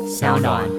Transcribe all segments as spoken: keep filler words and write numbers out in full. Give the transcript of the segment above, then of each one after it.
小暖。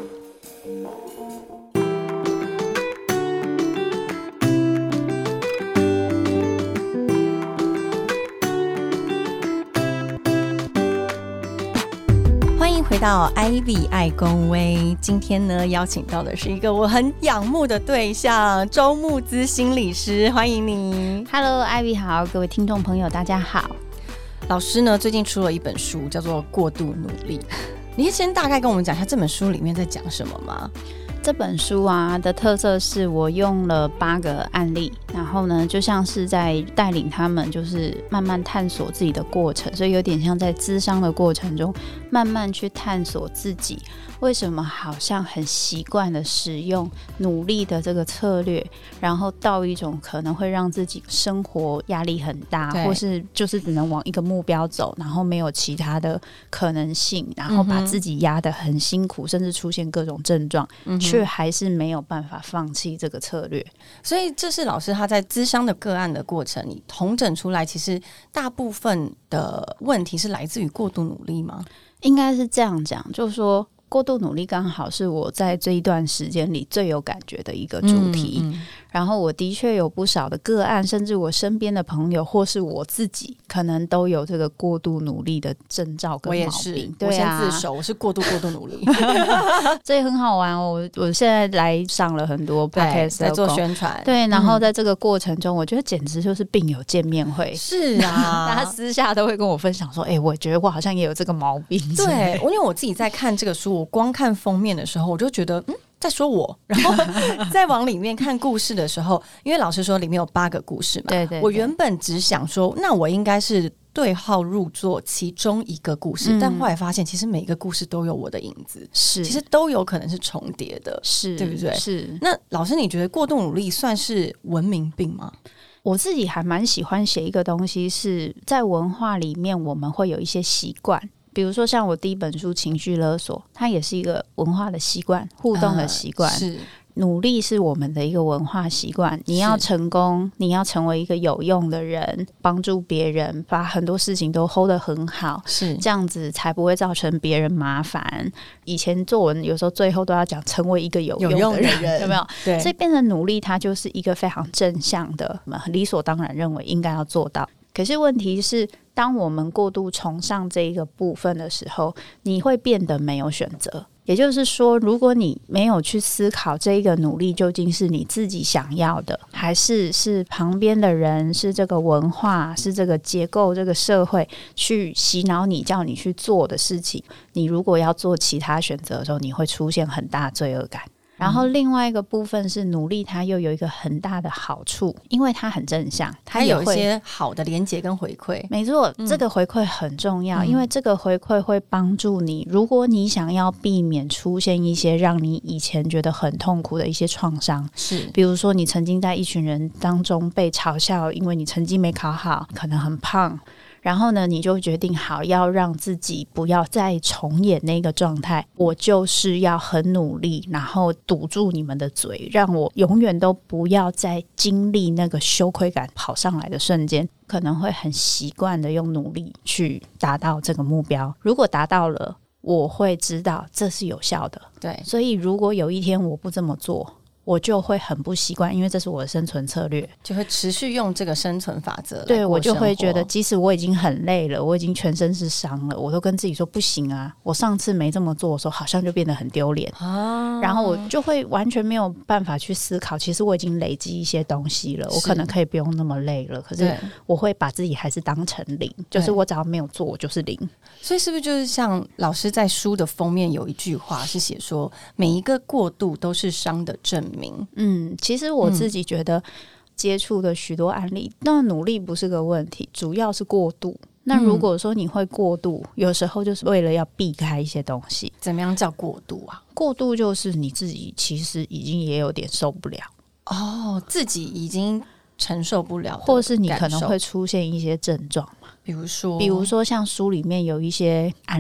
欢迎回到 Ivy 爱公威，今天呢邀请到的是一个我很仰慕的对象，周慕姿心理师，欢迎你。 Hello Ivy 好，各位听众朋友大家好。 老师呢最近出了一本书叫做《过度努力》，你可以先大概跟我们讲一下这本书里面在讲什么吗？ 这本书啊的特色是我用了八个案例，然后呢就像是在带领他们就是慢慢探索自己的过程，所以有点像在諮商的过程中慢慢去探索自己为什么好像很习惯的使用努力的这个策略，然后到一种可能会让自己生活压力很大，或是就是只能往一个目标走，然后没有其他的可能性，然后把自己压得很辛苦，甚至出现各种症状，嗯，却还是没有办法放弃这个策略。 所以这是老师他在諮商的个案的过程，你统整出来其实大部分的问题是来自于过度努力吗？ 应该是这样讲，就是说过度努力刚好是我在这一段时间里最有感觉的一个主题，嗯嗯，然后我的确有不少的个案，甚至我身边的朋友或是我自己可能都有这个过度努力的征兆跟毛病。我也是， 对啊，我先自首，我是过度过度努力所以很好玩哦。我我现在来上了很多 podcast 在做宣传， 对，然后在这个过程中，嗯，我觉得简直就是病友见面会。 是啊， 大家私下都会跟我分享说，哎，欸，我觉得我好像也有这个毛病。 对，因为我自己在看这个书，我光看封面的时候我就觉得嗯在说我，然后再往里面看故事的时候，因为老师说里面有八个故事嘛， 对 对, 对， 我原本只想说那我应该是对号入座其中一个故事，嗯，但后来发现其实每个故事都有我的影子，是，其实都有可能是重叠的， 是， 对不对？ 是。 那老师你觉得过度努力算是文明病吗？ 我自己还蛮喜欢写一个东西，是在文化里面我们会有一些习惯，比如说像我第一本书情绪勒索，它也是一个文化的习惯，互动的习惯，呃、是努力是我们的一个文化习惯，你要成功，你要成为一个有用的人，帮助别人，把很多事情都 hold 得很好，是这样子才不会造成别人麻烦。以前作文有时候最后都要讲成为一个有用的人，有, 人有没有？对，所以变成努力它就是一个非常正向的，理所当然认为应该要做到。可是问题是当我们过度崇尚这一个部分的时候，你会变得没有选择。也就是说，如果你没有去思考这一个努力究竟是你自己想要的，还是是旁边的人，是这个文化，是这个结构，这个社会去洗脑你叫你去做的事情，你如果要做其他选择的时候，你会出现很大罪恶感。然后另外一个部分是努力它又有一个很大的好处，因为它很正向， 它有一些好的连结跟回馈。 没错，嗯，这个回馈很重要，因为这个回馈会帮助你，如果你想要避免出现一些让你以前觉得很痛苦的一些创伤，是比如说你曾经在一群人当中被嘲笑，因为你成绩没考好，可能很胖，然后呢你就决定好要让自己不要再重演那个状态，我就是要很努力，然后堵住你们的嘴，让我永远都不要再经历那个羞愧感跑上来的瞬间，可能会很习惯的用努力去达到这个目标。如果达到了，我会知道这是有效的，对，所以如果有一天我不这么做，我就会很不习惯，因为这是我的生存策略， 就会持续用这个生存法则来过生活。 对，我就会觉得即使我已经很累了，我已经全身是伤了，我都跟自己说不行啊，我上次没这么做的时候好像就变得很丢脸，啊，然后我就会完全没有办法去思考，其实我已经累积一些东西了，我可能可以不用那么累了，可是我会把自己还是当成零，就是我只要没有做我就是零。 所以是不是就是像老师在书的封面有一句话是写说每一个过度都是伤的证明。 嗯，其实我自己觉得接触的许多案例，那努力不是个问题，主要是过度。那如果说你会过度，有时候就是为了要避开一些东西。 怎么样叫过度啊？ 过度就是你自己其实已经也有点受不了哦，自己已经承受不了， 或是你可能会出现一些症状嘛， 比如说比如说像书里面有一些案例，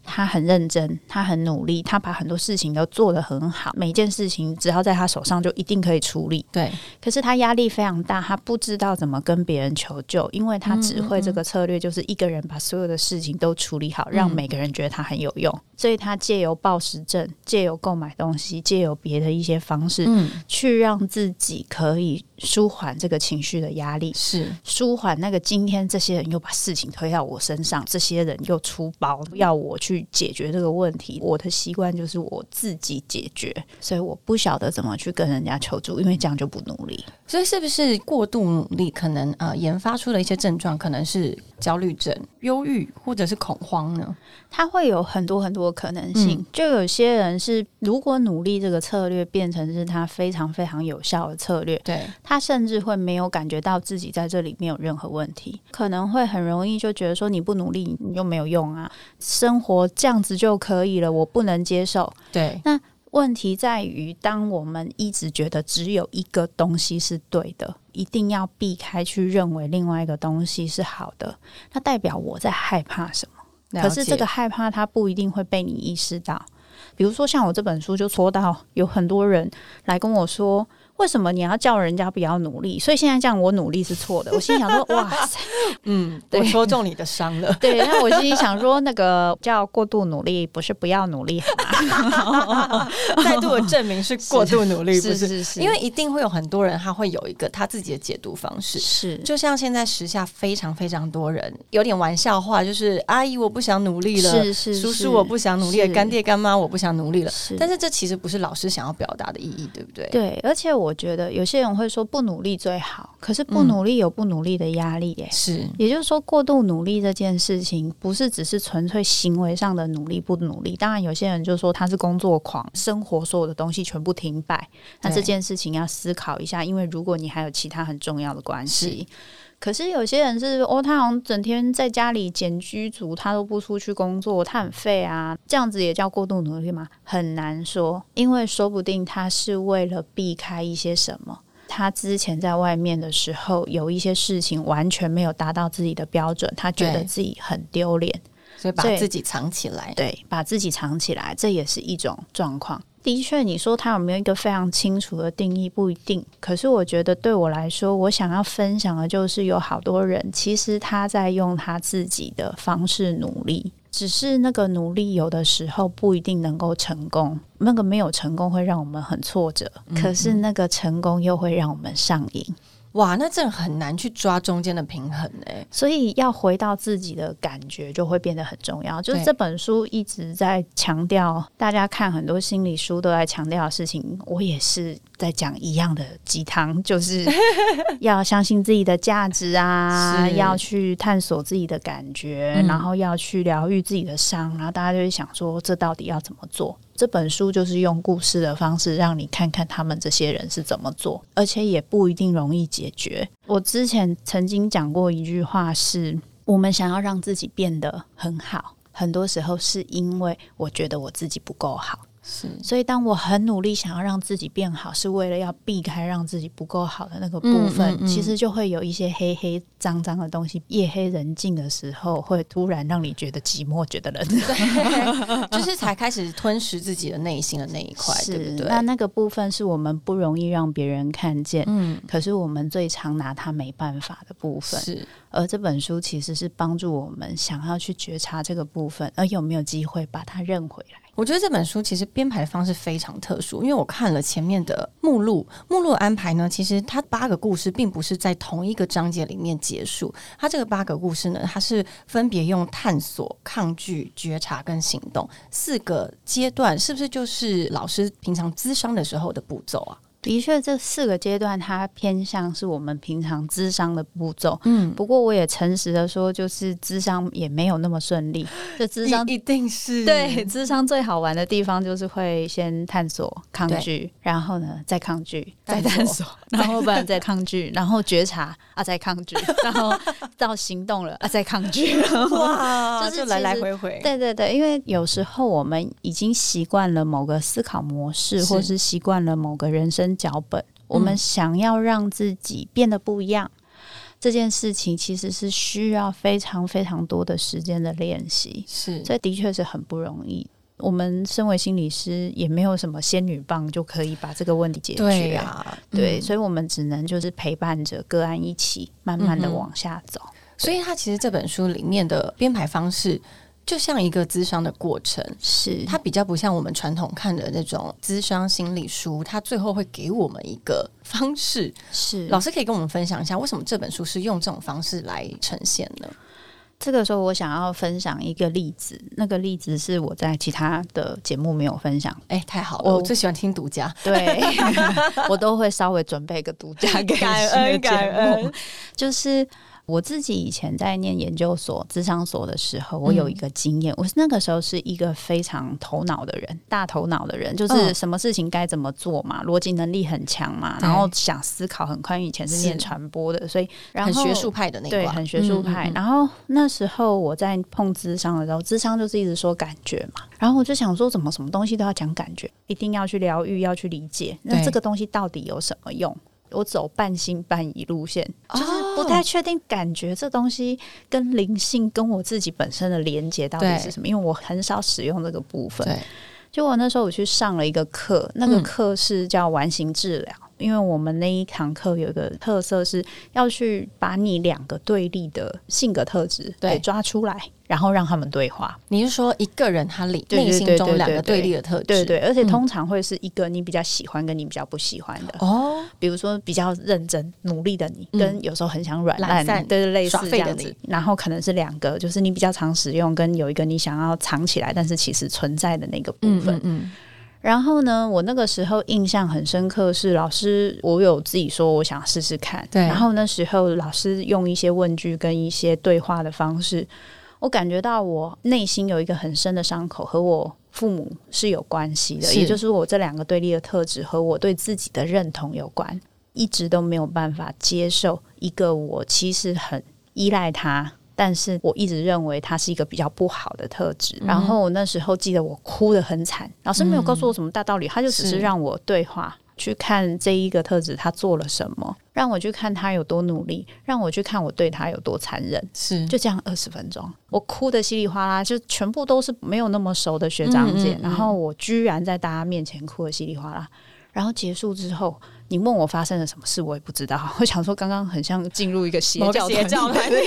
他很认真，他很努力，他把很多事情都做得很好，每一件事情只要在他手上就一定可以处理。 对， 可是他压力非常大，他不知道怎么跟别人求救，因为他只会这个策略，就是一个人把所有的事情都处理好，让每个人觉得他很有用。所以他借由暴食症，借由购买东西，借由别的一些方式，嗯，去让自己可以舒缓这个情绪的压力， 是舒缓那个今天这些人又把事情推到我身上，这些人又出包要我去解决这个问题。我的习惯就是我自己解决，所以我不晓得怎么去跟人家求助，因为这样就不努力。 所以是不是过度努力可能呃研发出的一些症状可能是焦虑症、忧郁或者是恐慌呢？ 它会有很多很多可能性、嗯、就有些人是如果努力这个策略变成是他非常非常有效的策略， 对， 他甚至会没有感觉到自己在这里没有任何问题，可能会很容易就觉得说你不努力你就没有用啊，生活这样子就可以了，我不能接受。 对， 那问题在于当我们一直觉得只有一个东西是对的，一定要避开去认为另外一个东西是好的，那代表我在害怕什么？可是这个害怕它不一定会被你意识到。比如说像我这本书就说到有很多人来跟我说为什么你要叫人家不要努力，所以现在这样我努力是错的。我心里想说哇塞， 嗯，我戳中你的伤了。 对，那我心里想说那个叫过度努力不是不要努力再度的证明是过度努力，不是， 是是是， 因为一定会有很多人他会有一个他自己的解读方式， 是就像现在时下非常非常多人有点玩笑话，就是阿姨我不想努力了， 是是是， 叔叔我不想努力了，干爹干妈我不想努力了，是，但是这其实不是老师想要表达的意义，对不对？ 对，而且我觉得有些人会说不努力最好，可是不努力有不努力的压力耶、 嗯、是， 也就是说过度努力这件事情不是只是纯粹行为上的努力不努力，当然有些人就说他是工作狂，生活所有的东西全部停摆，那这件事情要思考一下，因为如果你还有其他很重要的关系。可是有些人是哦，他好像整天在家里简居族，他都不出去工作，他很废啊，这样子也叫过度努力吗？很难说，因为说不定他是为了避开一些什么，他之前在外面的时候有一些事情完全没有达到自己的标准，他觉得自己很丢脸， 所以把自己藏起来。 对，把自己藏起来，这也是一种状况。的确你说他有没有一个非常清楚的定义不一定，可是我觉得对我来说，我想要分享的就是有好多人其实他在用他自己的方式努力，只是那个努力有的时候不一定能够成功，那个没有成功会让我们很挫折、嗯、可是那个成功又会让我们上瘾。 哇，那真的很难去抓中间的平衡耶， 所以要回到自己的感觉就会变得很重要。就是这本书一直在强调，大家看很多心理书都在强调的事情，我也是在讲一样的鸡汤，就是要相信自己的价值啊，要去探索自己的感觉、嗯、然后要去疗愈自己的伤，然后大家就会想说这到底要怎么做。这本书就是用故事的方式让你看看他们这些人是怎么做，而且也不一定容易解决。我之前曾经讲过一句话是，我们想要让自己变得很好，很多时候是因为我觉得我自己不够好，是，所以当我很努力想要让自己变好，是为了要避开让自己不够好的那个部分、嗯嗯嗯、其实就会有一些黑黑脏脏的东西，夜黑人静的时候会突然让你觉得寂寞，觉得冷， 对，就是才开始吞噬自己的内心的那一块，对不对？ 那那个部分是我们不容易让别人看见、嗯、可是我们最常拿它没办法的部分，是，而这本书其实是帮助我们想要去觉察这个部分，而有没有机会把它认回来。 我觉得这本书其实编排的方式非常特殊，因为我看了前面的目录，目录的安排呢，其实它八个故事并不是在同一个章节里面结束，它这个八个故事呢，它是分别用探索、抗拒、觉察跟行动四个阶段，是不是就是老师平常諮商的时候的步骤啊？ 的确这四个阶段它偏向是我们平常諮商的步骤，嗯，不过我也诚实的说，就是諮商也没有那么顺利，这諮商一定是对，諮商最好玩的地方就是会先探索抗拒，然后呢再抗拒再探索，然后不然再抗拒然后觉察啊再抗拒，然后到行动了啊再抗拒， 哇，就是就来来回回， 对对对，因为有时候我们已经习惯了某个思考模式，或是习惯了某个人生脚本，我们想要让自己变得不一样、嗯、 这件事情其实是需要非常非常多的时间的练习， 是， 所以的确是很不容易。我们身为心理师也没有什么仙女棒就可以把这个问题解决， 对啊， 对、 嗯、 所以我们只能就是陪伴着个案一起慢慢的往下走、嗯、 所以它其实这本书里面的编排方式就像一个咨商的过程， 是它比较不像我们传统看的那种咨商心理书，它最后会给我们一个方式。 是， 老师可以跟我们分享一下为什么这本书是用这种方式来呈现呢？ 这个时候我想要分享一个例子，那个例子是我在其他的节目没有分享。 哎、欸，太好了，我最喜欢听独家， 对我都会稍微准备一个独家给感恩感恩， 就是我自己以前在念研究所咨商所的时候，我有一个经验、嗯、我那个时候是一个非常头脑的人，大头脑的人，就是什么事情该怎么做嘛，逻辑能力很强嘛，然后想思考很快，以前是念传播的，所以然后很学术派的那个， 对，很学术派、嗯嗯嗯、然后那时候我在碰咨商的时候，咨商就是一直说感觉嘛，然后我就想说怎么什么东西都要讲感觉，一定要去疗愈，要去理解，那这个东西到底有什么用？我走半信半疑路线，就是不太确定感觉这东西跟灵性跟我自己本身的连结到底是什么，因为我很少使用这个部分。对，结果那时候我去上了一个课，那个课是叫完形治疗、嗯、因为我们那一堂课有一个特色是要去把你两个对立的性格特质给抓出来，然后让他们对话。 你是说一个人他里内心中两个对立的特质？ 对 对, 对, 对, 对, 对，而且通常会是一个你比较喜欢跟你比较不喜欢的哦。比如说比较认真努力的你、嗯、跟有时候很想软烂，对对，类似这样子。然后可能是两个，就是你比较常使用跟有一个你想要藏起来但是其实存在的那个部分。嗯嗯嗯。然后呢，我那个时候印象很深刻是老师，我有自己说我想试试看，对。然后那时候老师用一些问句跟一些对话的方式，我感觉到我内心有一个很深的伤口和我父母是有关系的，也就是我这两个对立的特质和我对自己的认同有关，一直都没有办法接受一个我其实很依赖他，但是我一直认为它是一个比较不好的特质、嗯、然后我那时候记得我哭得很惨，老师没有告诉我什么大道理、嗯、他就只是让我对话去看这一个特质他做了什么，让我去看他有多努力，让我去看我对他有多残忍，是就这样二十分钟，我哭得稀里哗啦，就全部都是没有那么熟的学长姐、嗯嗯嗯、然后我居然在大家面前哭得稀里哗啦，然后结束之后你问我发生了什么事我也不知道，我想说刚刚很像进入一个邪教邪教团体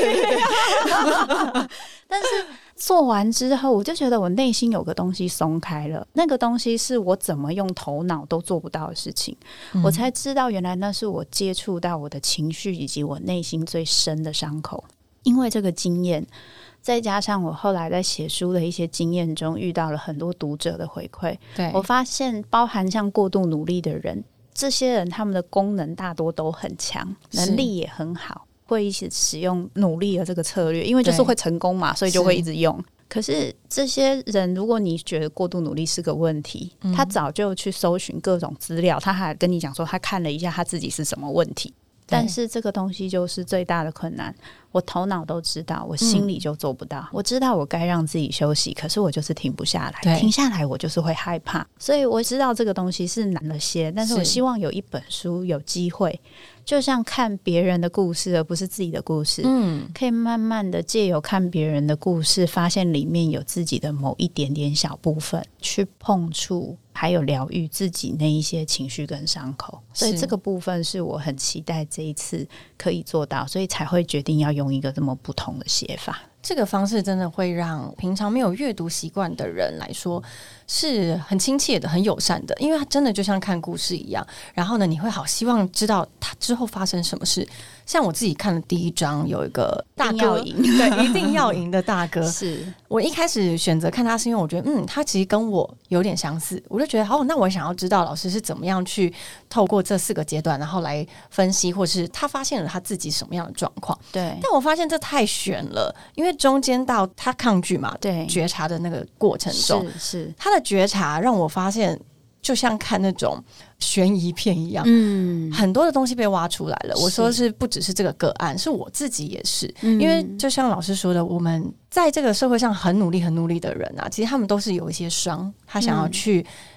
但是做完之后我就觉得我内心有个东西松开了，那个东西是我怎么用头脑都做不到的事情、嗯、我才知道原来那是我接触到我的情绪以及我内心最深的伤口。因为这个经验再加上我后来在写书的一些经验中遇到了很多读者的回馈，对，我发现包含像过度努力的人，这些人他们的功能大多都很强，能力也很好，会一起使用努力的这个策略，因为就是会成功嘛，所以就会一直用。可是这些人如果你觉得过度努力是个问题、嗯、他早就去搜寻各种资料，他还跟你讲说他看了一下他自己是什么问题，但是这个东西就是最大的困难，我头脑都知道，我心里就做不到、嗯、我知道我该让自己休息，可是我就是停不下来，停下来我就是会害怕，所以我知道这个东西是难了些，但是我希望有一本书有机会就像看别人的故事而不是自己的故事、嗯、可以慢慢的借由看别人的故事发现里面有自己的某一点点小部分，去碰触还有疗愈自己那一些情绪跟伤口，所以这个部分是我很期待这一次可以做到，所以才会决定要用一个这么不同的写法。 这个方式真的会让平常没有阅读习惯的人来说是很亲切的很友善的，因为它真的就像看故事一样，然后呢你会好希望知道它之后发生什么事。像我自己看的第一章有一个大哥， 一对，一定要赢的大哥是我一开始选择看他是因为我觉得嗯，他其实跟我有点相似，我就觉得哦，那我想要知道老师是怎么样去透过这四个阶段然后来分析，或是他发现了他自己什么样的状况。对，但我发现这太悬了，因为中间到他抗拒嘛，对，觉察的那个过程中，是是他的觉察让我发现就像看那种悬疑片一样，嗯，很多的东西被挖出来了。我说是不只是这个个案，是我自己也是、嗯、因为就像老师说的，我们在这个社会上很努力很努力的人啊，其实他们都是有一些伤，他想要去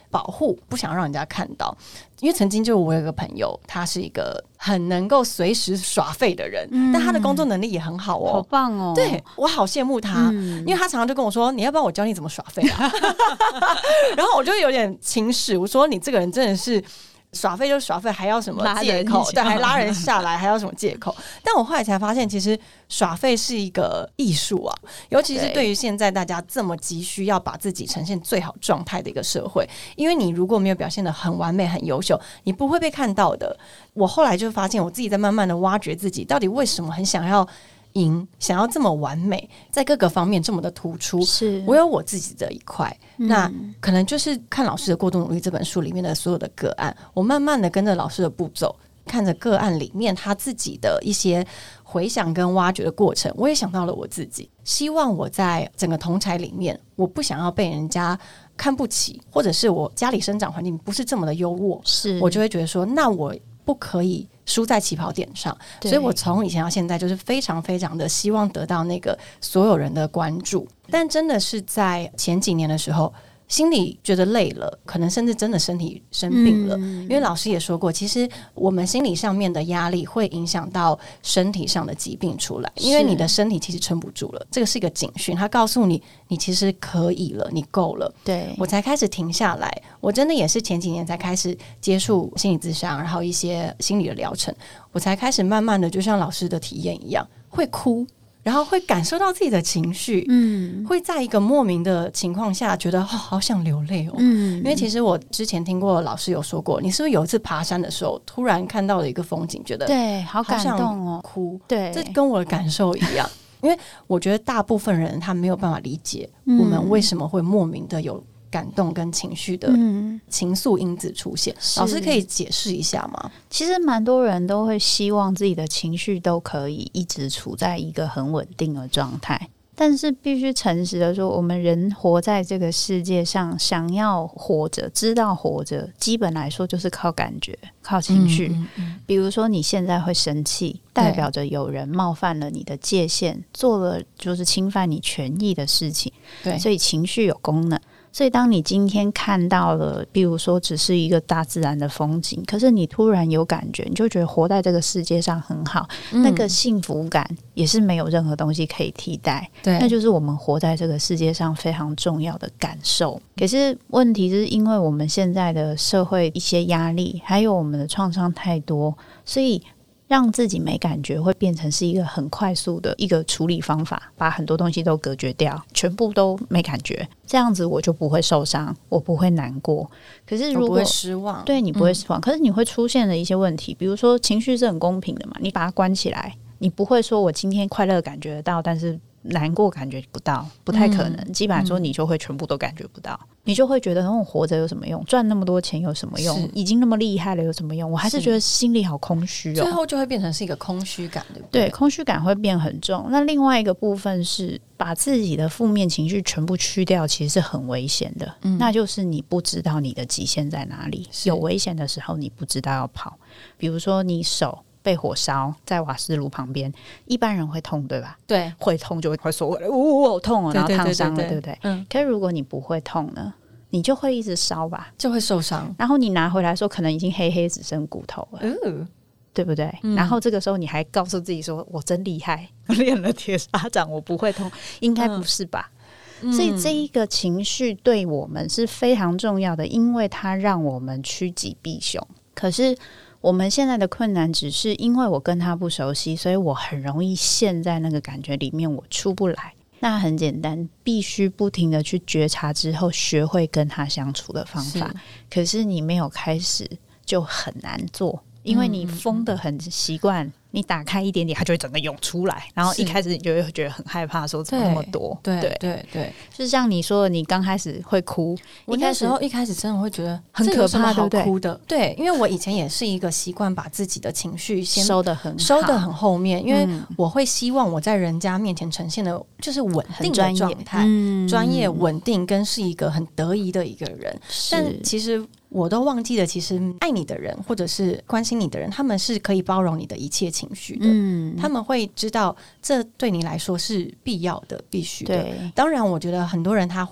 保护，不想让人家看到。因为曾经就我有个朋友，他是一个很能够随时耍废的人、嗯、但他的工作能力也很好哦， 好棒哦， 对，我好羡慕他、嗯、因为他常常就跟我说，你要不要我教你怎么耍废啊然后我就有点轻视，我说你这个人真的是耍废就耍废，还要什么借口？对，还拉人下来，还要什么借口？但我后来才发现，其实耍废是一个艺术啊，尤其是对于现在大家这么急需要把自己呈现最好状态的一个社会，因为你如果没有表现得很完美、很优秀，你不会被看到的。我后来就发现，我自己在慢慢的挖掘自己，到底为什么很想要赢，想要这么完美，在各个方面这么的突出，是我有我自己的一块、嗯、那可能就是看老师的过度努力这本书里面的所有的个案，我慢慢的跟着老师的步骤，看着个案里面他自己的一些回想跟挖掘的过程，我也想到了我自己，希望我在整个同侪里面，我不想要被人家看不起，或者是我家里生长环境不是这么的优渥，是我就会觉得说，那我不可以输在起跑点上，所以我从以前到现在就是非常非常的希望得到那个所有人的关注。但真的是在前几年的时候，心里觉得累了，可能甚至真的身体生病了、嗯、因为老师也说过，其实我们心理上面的压力会影响到身体上的疾病出来，因为你的身体其实撑不住了，这个是一个警讯，它告诉你你其实可以了，你够了。对，我才开始停下来，我真的也是前几年才开始接触心理咨商，然后一些心理的疗程，我才开始慢慢的就像老师的体验一样，会哭，然后会感受到自己的情绪，嗯，会在一个莫名的情况下觉得、哦、好想流泪哦，嗯，因为其实我之前听过老师有说过，你是不是有一次爬山的时候突然看到了一个风景，觉得对，好感动哦， 哭，对，这跟我的感受一样因为我觉得大部分人他没有办法理解我们为什么会莫名的有感动跟情绪的情愫因子出现、嗯、老师可以解释一下吗？ 其实蛮多人都会希望自己的情绪都可以一直处在一个很稳定的状态，但是必须诚实的说，我们人活在这个世界上，想要活着，知道活着，基本来说就是靠感觉，靠情绪、嗯嗯嗯、比如说你现在会生气，代表着有人冒犯了你的界限，做了就是侵犯你权益的事情，对，所以情绪有功能。所以当你今天看到了比如说只是一个大自然的风景，可是你突然有感觉，你就觉得活在这个世界上很好、嗯、那个幸福感也是没有任何东西可以替代，对，那就是我们活在这个世界上非常重要的感受。可是问题是因为我们现在的社会一些压力还有我们的创伤太多，所以让自己没感觉会变成是一个很快速的一个处理方法，把很多东西都隔绝掉，全部都没感觉，这样子我就不会受伤，我不会难过。可是如果我不会失望， 对，你不会失望、嗯、可是你会出现了一些问题，比如说情绪是很公平的嘛，你把它关起来，你不会说我今天快乐感觉得到，但是难过感觉不到，不太可能、嗯、基本上说你就会全部都感觉不到、嗯、你就会觉得我活着有什么用，赚那么多钱有什么用，已经那么厉害了有什么用，我还是觉得心里好空虚哦， 最后就会变成是一个空虚感，对不对？ 对，空虚感会变很重。那另外一个部分是把自己的负面情绪全部去掉，其实是很危险的、嗯、那就是你不知道你的极限在哪里，有危险的时候你不知道要跑，比如说你手被火烧在瓦斯炉旁边，一般人会痛对吧？对，会痛就会快缩回来，呜、哦、好痛哦，然后烫伤了，对不对？嗯。可是如果你不会痛呢，你就会一直烧吧， 就会受伤， 然后你拿回来的时候可能已经黑黑只剩骨头了、嗯、对不对、嗯、然后这个时候你还告诉自己说我真厉害，练了铁砂掌我不会痛，应该不是吧、嗯、所以这一个情绪对我们是非常重要的，因为它让我们趋吉避凶。可是我们现在的困难只是因为我跟他不熟悉，所以我很容易陷在那个感觉里面，我出不来。那很简单，必须不停的去觉察之后学会跟他相处的方法，是可是你没有开始就很难做，因为你疯得很习惯、嗯、你打开一点点它就会整个涌出来，然后一开始你就会觉得很害怕说怎么那么多， 对对 对, 对， 就是像你说的你刚开始会哭， 我那时候一开始真的会觉得很可怕， 好哭的， 对, 对，因为我以前也是一个习惯把自己的情绪先收得很好， 收得很后面，因为我会希望我在人家面前呈现的就是稳定的状态，专业稳定跟是一个很得意的一个人，但其实我都忘记了，其实爱你的人或者是关心你的人，他们是可以包容你的一切情绪的、嗯、他们会知道这对你来说是必要的必须的。当然我觉得很多人他会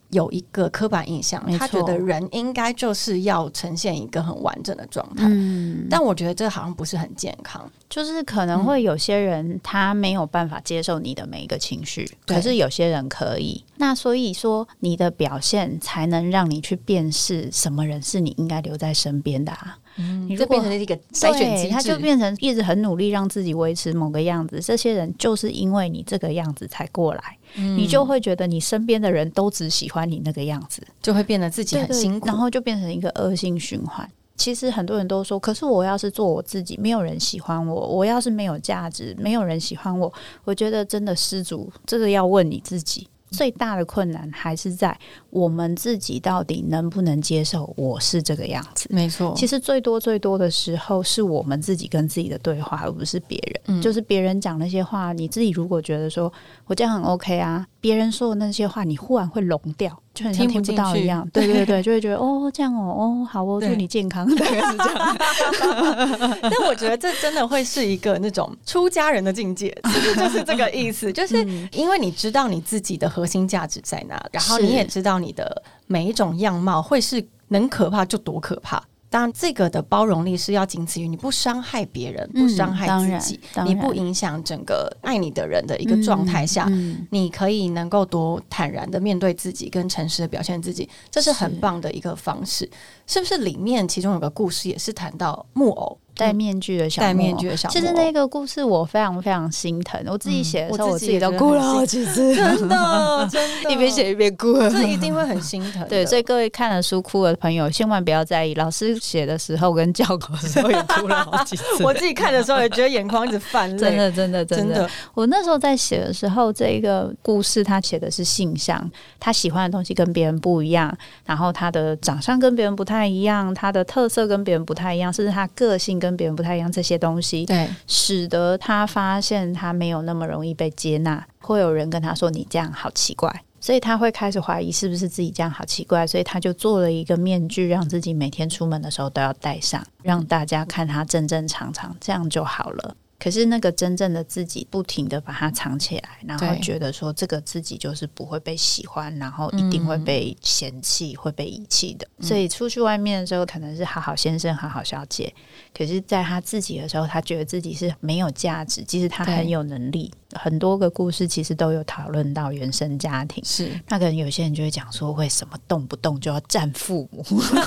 有一个刻板印象，他觉得人应该就是要呈现一个很完整的状态、嗯、但我觉得这好像不是很健康， 就是可能会有些人他没有办法接受你的每一个情绪、嗯、可是有些人可以，那所以说你的表现才能让你去辨识什么人是你应该留在身边的啊。 嗯，你就变成一个筛选机制， 他就变成一直很努力让自己维持某个样子，这些人就是因为你这个样子才过来、嗯、你就会觉得你身边的人都只喜欢你那个样子， 就会变得自己很辛苦， 对对，然后就变成一个恶性循环。其实很多人都说，可是我要是做我自己，没有人喜欢我，我要是没有价值，没有人喜欢我，我觉得真的失足，这个要问你自己。最大的困难还是在我们自己到底能不能接受我是这个样子。 没错， 其实最多最多的时候是我们自己跟自己的对话，而不是别人、嗯、就是别人讲那些话，你自己如果觉得说我这样很 OK 啊，别人说的那些话你忽然会聋掉，就很像听不到一样，对对对，就会觉得哦这样哦哦好哦，祝你健康，大概是这样但我觉得这真的会是一个那种出家人的境界，是不是就是这个意思就是因为你知道你自己的核心价值在哪，然后你也知道你的每一种样貌会是能可怕就多可怕，当然这个的包容力是要仅此于你不伤害别人、嗯、不伤害自己，你不影响整个爱你的人的一个状态下、嗯嗯、你可以能够多坦然的面对自己跟诚实的表现自己，这是很棒的一个方式。 是, 是不是里面其中有个故事也是谈到木偶戴面具的小木偶，戴面具的小木偶，其实那个故事我非常非常心疼，我自己写的时候、嗯、我自己都哭了好几次， 真的真的一边写一边哭， 这一定会很心疼的。 对，所以各位看了书哭的朋友千万不要在意，老师写的时候跟教稿的时候也哭了好几次我自己看的时候也觉得眼眶一直泛泪真的真的真的, 真的我那时候在写的时候，这个故事他写的是性向，他喜欢的东西跟别人不一样，然后他的长相跟别人不太一样，他的特色跟别人不太一样，甚至他个性跟别人不太一样，这些东西对使得他发现他没有那么容易被接纳，会有人跟他说你这样好奇怪，所以他会开始怀疑是不是自己这样好奇怪，所以他就做了一个面具，让自己每天出门的时候都要戴上，让大家看他正正常常，这样就好了。可是那个真正的自己不停的把它藏起来，然后觉得说这个自己就是不会被喜欢，然后一定会被嫌弃、嗯、会被遗弃的、嗯、所以出去外面的时候可能是好好先生好好小姐，可是在他自己的时候他觉得自己是没有价值，即使他很有能力。很多个故事其实都有讨论到原生家庭，是那可能有些人就会讲说为什么动不动就要战父母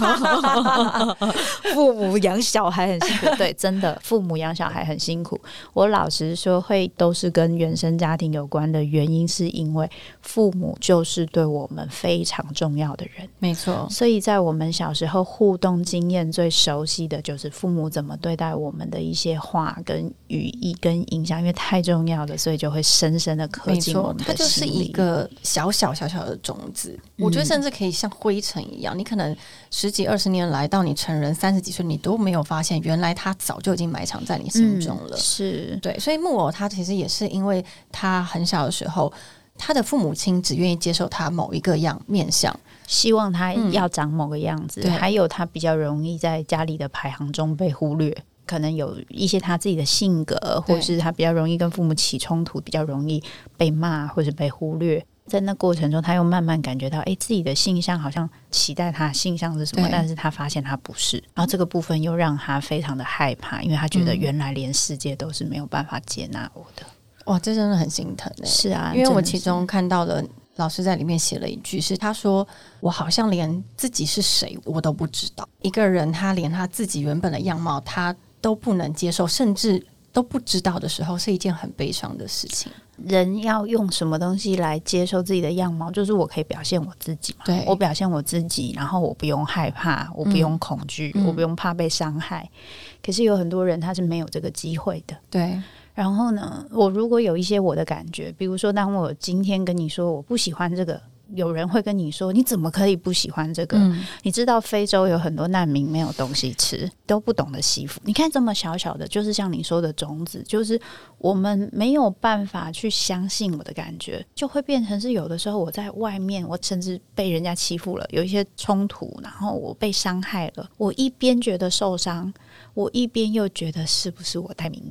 父母养小孩很辛苦，对，真的父母养小孩很辛苦。我老实说会都是跟原生家庭有关的原因，是因为父母就是对我们非常重要的人， 没错， 所以在我们小时候互动经验最熟悉的就是父母怎么对待我们的一些话跟语义跟影响，因为太重要了，所以就会深深的刻进我们的心里。它就是一个小小小小的种子、嗯、我觉得甚至可以像灰尘一样，你可能十几二十年来到你成人三十几岁你都没有发现原来它早就已经埋藏在你心中了、嗯、是对，所以木偶他其实也是因为他很小的时候他的父母亲只愿意接受他某一个样面相， 希望他要长某个样子、嗯、还有他比较容易在家里的排行中被忽略，可能有一些他自己的性格，或是他比较容易跟父母起冲突，比较容易被骂或是被忽略，在那过程中他又慢慢感觉到哎，自己的性向好像期待他性向是什么，但是他发现他不是，然后这个部分又让他非常的害怕，因为他觉得原来连世界都是没有办法接纳我的、 嗯、哇，这真的很心疼耶。 是啊， 因为我其中看到了老师在里面写了一句，是他说我好像连自己是谁我都不知道，一个人他连他自己原本的样貌他都不能接受，甚至都不知道的时候，是一件很悲伤的事情。 人要用什么东西来接受自己的样貌？就是我可以表现我自己嘛，对，我表现我自己，然后我不用害怕，我不用恐惧、嗯、我不用怕被伤害。可是有很多人他是没有这个机会的，对。然后呢，我如果有一些我的感觉，比如说当我今天跟你说我不喜欢这个，有人会跟你说你怎么可以不喜欢这个、嗯、你知道非洲有很多难民没有东西吃，都不懂得惜福，你看这么小小的，就是像你说的种子，就是我们没有办法去相信我的感觉，就会变成是有的时候我在外面我甚至被人家欺负了，有一些冲突，然后我被伤害了，我一边觉得受伤，我一边又觉得是不是我太敏感，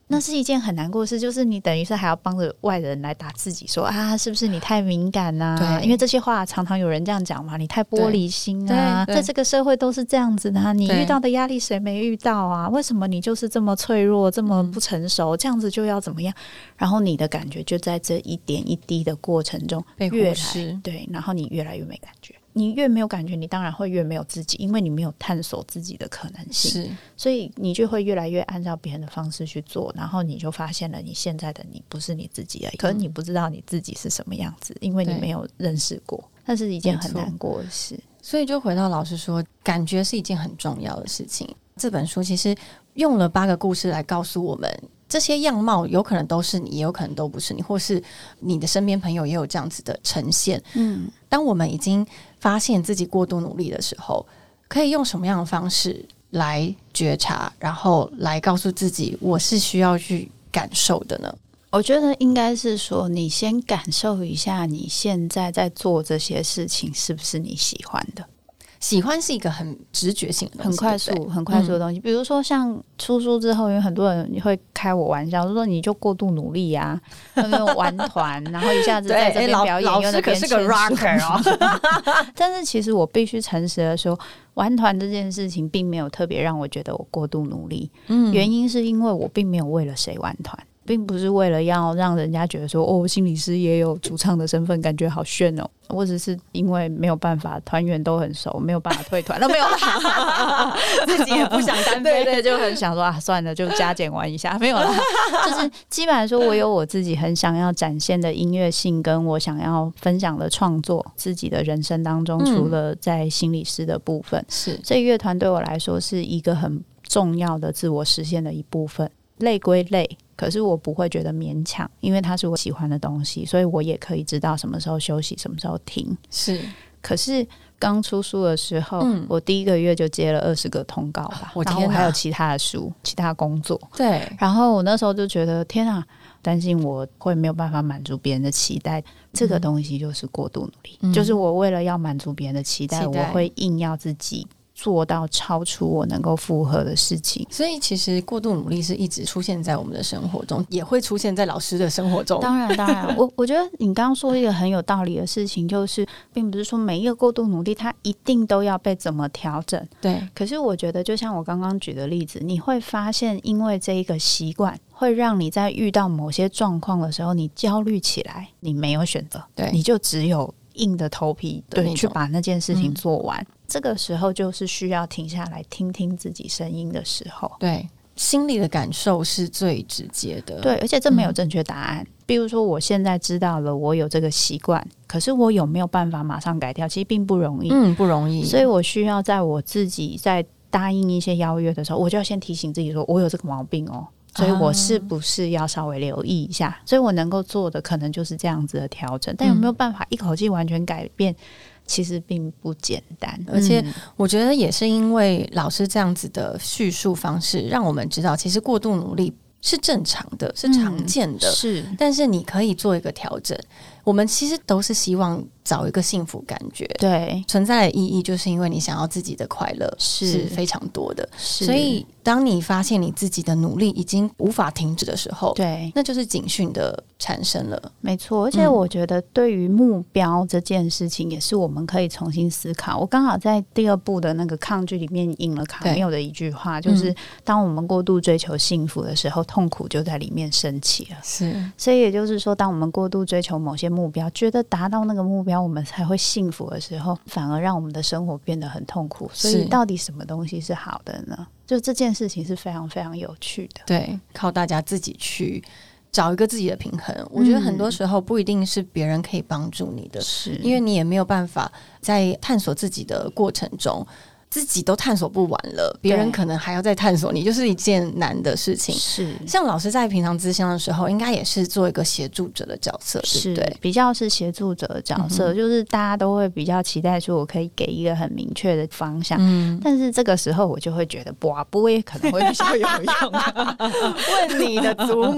那是一件很难过的事，就是你等于是还要帮着外人来打自己说啊，是不是你太敏感啊？对，因为这些话常常有人这样讲嘛，你太玻璃心啊，在这个社会都是这样子的啊，你遇到的压力谁没遇到啊？为什么你就是这么脆弱，这么不成熟，这样子就要怎么样？然后你的感觉就在这一点一滴的过程中被越忽视， 来对，然后你越来越没感觉。你越没有感觉，你当然会越没有自己，因为你没有探索自己的可能性， 是， 所以你就会越来越按照别人的方式去做，然后你就发现了你现在的你不是你自己而已，可是你不知道你自己是什么样子，因为你没有认识过，那是一件很难过的事。 所以就回到老师说，感觉是一件很重要的事情。这本书其实用了八个故事来告诉我们，这些样貌有可能都是你，也有可能都不是你，或是你的身边朋友也有这样子的呈现。嗯，当我们已经发现自己过度努力的时候，可以用什么样的方式来觉察，然后来告诉自己我是需要去感受的呢？ 我觉得应该是说，你先感受一下你现在在做这些事情是不是你喜欢的。 喜欢是一个很直觉性的东西， 很快速对对很快速的东西、嗯、比如说像出书之后，因为很多人会开我玩笑，就说你就过度努力啊，那边玩团然后一下子在这边表演， 老师可是个 rocker 哦但是其实我必须诚实的说，玩团这件事情并没有特别让我觉得我过度努力、嗯、原因是因为我并没有为了谁玩团，并不是为了要让人家觉得说哦，心理师也有主唱的身份，感觉好炫哦。我只是因为没有办法，团员都很熟，没有办法退团都没有啦自己也不想单飞， 对对，就很想说啊，算了，就加减玩一下，没有啦。就是基本上说，我有我自己很想要展现的音乐性，跟我想要分享的创作，自己的人生当中，除了在心理师的部分，是、嗯，所以乐团对我来说是一个很重要的自我实现的一部分。累归累，可是我不会觉得勉强，因为它是我喜欢的东西，所以我也可以知道什么时候休息，什么时候停。是，可是刚出书的时候、嗯、我第一个月就接了二十个通告吧，我然后我还有其他的书，其他的工作。对，然后我那时候就觉得天啊，担心我会没有办法满足别人的期待，这个东西就是过度努力、嗯、就是我为了要满足别人的期待，期待我会硬要自己做到超出我能够负荷的事情。 所以其实过度努力是一直出现在我们的生活中，也会出现在老师的生活中。 当然当然我, 我觉得你刚刚说一个很有道理的事情，就是并不是说每一个过度努力它一定都要被怎么调整。对，可是我觉得就像我刚刚举的例子，你会发现因为这一个习惯会让你在遇到某些状况的时候你焦虑起来，你没有选择，对，你就只有硬着头皮对去把那件事情做完、嗯、这个时候就是需要停下来听听自己声音的时候。 对，心里的感受是最直接的。 对，而且这没有正确答案、嗯、比如说我现在知道了我有这个习惯，可是我有没有办法马上改掉，其实并不容易。嗯，不容易。所以我需要在我自己在答应一些邀约的时候，我就要先提醒自己说我有这个毛病哦，所以我是不是要稍微留意一下、啊、所以我能够做的可能就是这样子的调整，但有没有办法一口气完全改变、嗯、其实并不简单。 而且我觉得也是因为老师这样子的叙述方式让我们知道其实过度努力是正常的，是常见的、嗯、是，但是你可以做一个调整。我们其实都是希望找一个幸福感觉，对，存在的意义就是因为你想要自己的快乐是非常多的，所以当你发现你自己的努力已经无法停止的时候，对，那就是警讯的产生了。 没错，而且我觉得对于目标这件事情也是我们可以重新思考。我刚好在第二部的那个抗拒里面引了卡缪的一句话，就是当我们过度追求幸福的时候，痛苦就在里面升起了。是，所以也就是说当我们过度追求某些目标，觉得达到那个目标我们才会幸福的时候，反而让我们的生活变得很痛苦。所以到底什么东西是好的呢？就这件事情是非常非常有趣的。 对，靠大家自己去找一个自己的平衡。我觉得很多时候不一定是别人可以帮助你的，是因为你也没有办法在探索自己的过程中自己都探索不完了，别人可能还要再探索你，就是一件难的事情。是，像老师在平常咨商的时候应该也是做一个协助者的角色，对不对？ 比较是协助者的角色、嗯、就是大家都会比较期待说我可以给一个很明确的方向、嗯、但是这个时候我就会觉得哇，不会可能会比较有用问你的祖母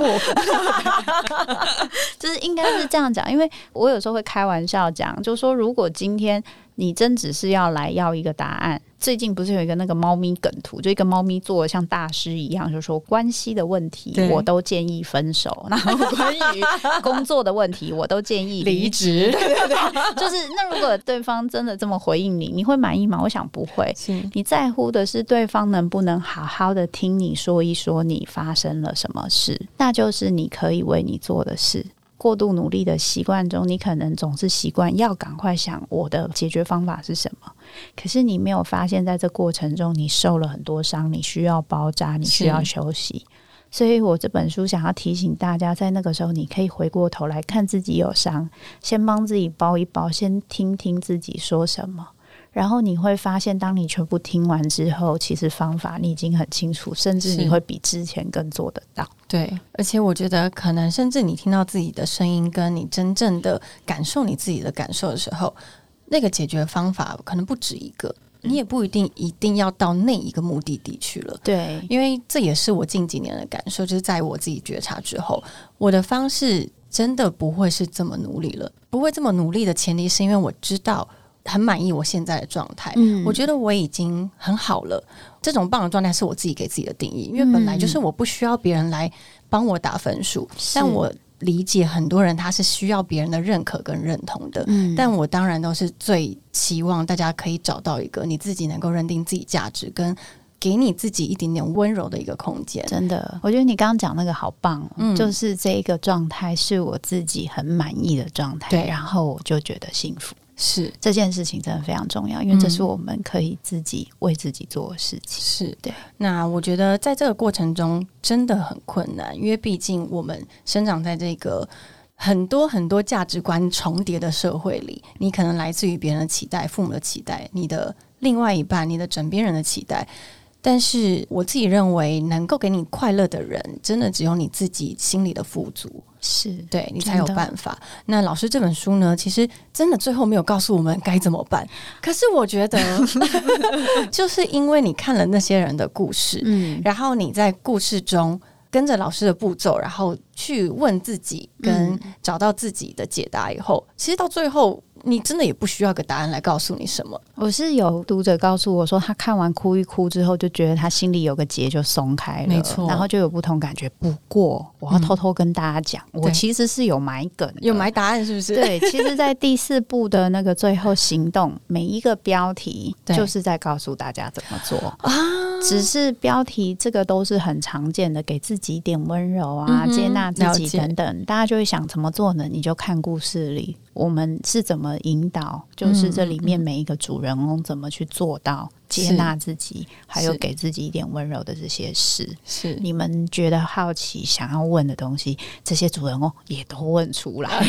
就是应该是这样讲，因为我有时候会开玩笑讲，就是说如果今天你真只是要来要一个答案。最近不是有一个那个猫咪梗图，就一个猫咪做的像大师一样，就说关系的问题我都建议分手，然后关于工作的问题我都建议离职。对对对，就是那如果对方真的这么回应你，你会满意吗？我想不会。你在乎的是对方能不能好好的听你说一说你发生了什么事，那就是你可以为你做的事。过度努力的习惯中，你可能总是习惯要赶快想我的解决方法是什么，可是你没有发现在这过程中你受了很多伤，你需要包扎，你需要休息。所以我这本书想要提醒大家，在那个时候你可以回过头来看自己有伤，先帮自己包一包，先听听自己说什么，然后你会发现当你全部听完之后，其实方法你已经很清楚，甚至你会比之前更做得到。 对，而且我觉得可能甚至你听到自己的声音，跟你真正的感受你自己的感受的时候，那个解决方法可能不止一个，你也不一定一定要到那一个目的地去了。 对， 因为这也是我近几年的感受，就是在我自己觉察之后，我的方式真的不会是这么努力了。不会这么努力的前提是因为我知道很满意我现在的状态、嗯、我觉得我已经很好了。这种棒的状态是我自己给自己的定义，因为本来就是我不需要别人来帮我打分数、嗯、但我理解很多人他是需要别人的认可跟认同的、嗯、但我当然都是最期望大家可以找到一个你自己能够认定自己价值跟给你自己一点点温柔的一个空间。 真的，我觉得你刚刚讲那个好棒、哦嗯、就是这个状态是我自己很满意的状态，对，然后我就觉得幸福。是，这件事情真的非常重要，因为这是我们可以自己为自己做的事情。 是，对。那我觉得在这个过程中真的很困难，因为毕竟我们生长在这个很多很多价值观重叠的社会里，你可能来自于别人的期待，父母的期待，你的另外一半，你的枕边人的期待。但是我自己认为能够给你快乐的人真的只有你自己心里的富足，是对你才有办法。那老师这本书呢，其实真的最后没有告诉我们该怎么办，可是我觉得就是因为你看了那些人的故事、嗯、然后你在故事中跟着老师的步骤，然后去问自己跟找到自己的解答以后、嗯、其实到最后你真的也不需要个答案来告诉你什么。 我是有读者告诉我说，他看完哭一哭之后就觉得他心里有个结就松开了，没错，然后就有不同感觉。不过我要偷偷跟大家讲、嗯、我其实是有埋梗的， 有埋答案是不是？ 对，其实在第四部的那个最后行动，每一个标题就是在告诉大家怎么做啊。只是标题这个都是很常见的，给自己一点温柔啊、嗯、接纳自己等等，大家就会想怎么做呢？你就看故事里我们是怎么引导，就是这里面每一个主人公怎么去做到接纳自己，还有给自己一点温柔的这些事。是你们觉得好奇想要问的东西，这些主人公也都问出来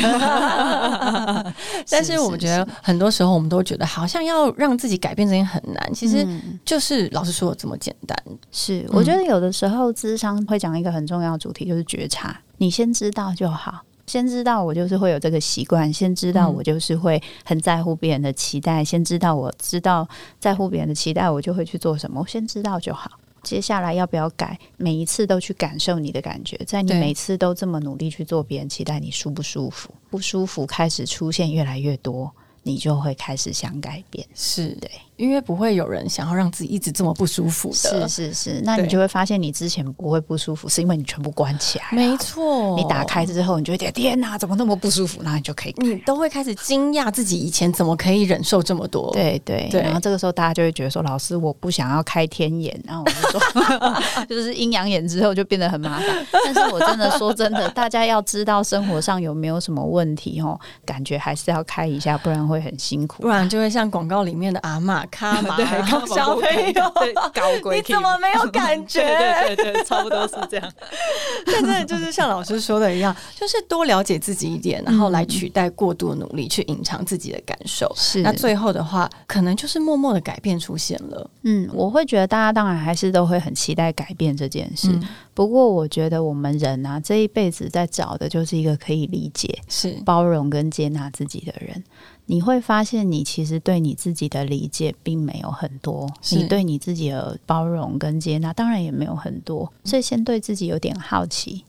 但是我们觉得很多时候我们都觉得好像要让自己改变这件很难，其实就是老师说的这么简单。 是，我觉得有的时候諮商会讲一个很重要的主题，就是觉察。你先知道就好，先知道我就是会有这个习惯，先知道我就是会很在乎别人的期待、嗯、先知道我知道在乎别人的期待我就会去做什么，我先知道就好。接下来要不要改，每一次都去感受你的感觉，在你每次都这么努力去做别人期待，你舒不舒服？不舒服开始出现越来越多，你就会开始想改变。是，对， 因为不会有人想要让自己一直这么不舒服的。 是是是，那你就会发现你之前不会不舒服，是因为你全部关起来了。 没错， 你打开之后，你就会觉得天哪，怎么那么不舒服？然后你就可以改， 你都会开始惊讶自己以前怎么可以忍受这么多。 对 对, 对，然后这个时候大家就会觉得说，老师我不想要开天眼，然后我就说就是阴阳眼之后就变得很麻烦。但是我真的说真的，大家要知道生活上有没有什么问题齁，感觉还是要开一下，不然会很辛苦， 不然就会像广告里面的阿嬷卡玛小朋友高贵，你怎么没有感觉？ 对对对，差不多是这样。 但真的就是像老师说的一样，就是多了解自己一点，然后来取代过度的努力去隐藏自己的感受。是，那最后的话，可能就是默默的改变出现了。 嗯，我会觉得大家当然还是都会很期待改变这件事。嗯，不过我觉得我们人啊，这一辈子在找的就是一个可以理解、是包容跟接纳自己的人。你会发现你其实对你自己的理解并没有很多，你对你自己的包容跟接纳当然也没有很多，所以先对自己有点好奇，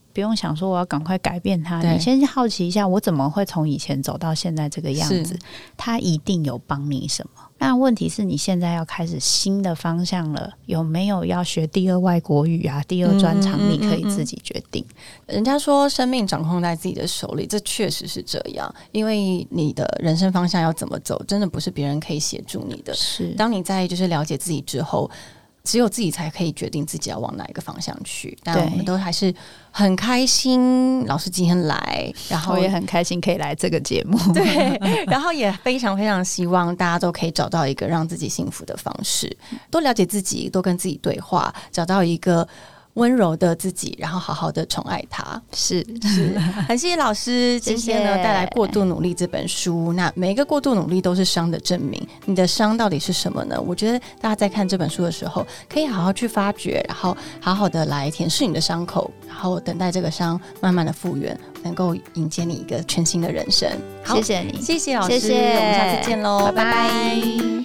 不用想说我要赶快改变它，你先好奇一下我怎么会从以前走到现在这个样子，它一定有帮你什么。那问题是你现在要开始新的方向了，有没有要学第二外国语啊，第二专长，你可以自己决定。嗯嗯嗯嗯，人家说生命掌控在自己的手里，这确实是这样，因为你的人生方向要怎么走，真的不是别人可以协助你的。 是， 当你在就是了解自己之后，只有自己才可以决定自己要往哪一个方向去。但我们都还是很开心老师今天来，然后我也很开心可以来这个节目。 对，然后也非常非常希望大家都可以找到一个让自己幸福的方式，多了解自己，多跟自己对话，找到一个温柔的自己，然后好好的宠爱他。 是是，很谢谢老师今天呢带来《过度努力》这本书。那每一个过度努力都是伤的证明，你的伤到底是什么呢？我觉得大家在看这本书的时候，可以好好去发掘，然后好好的来舔舐你的伤口，然后等待这个伤慢慢的复原，能够迎接你一个全新的人生。 谢谢你， 谢谢老师， 谢谢， 我们下次见喽， 拜拜。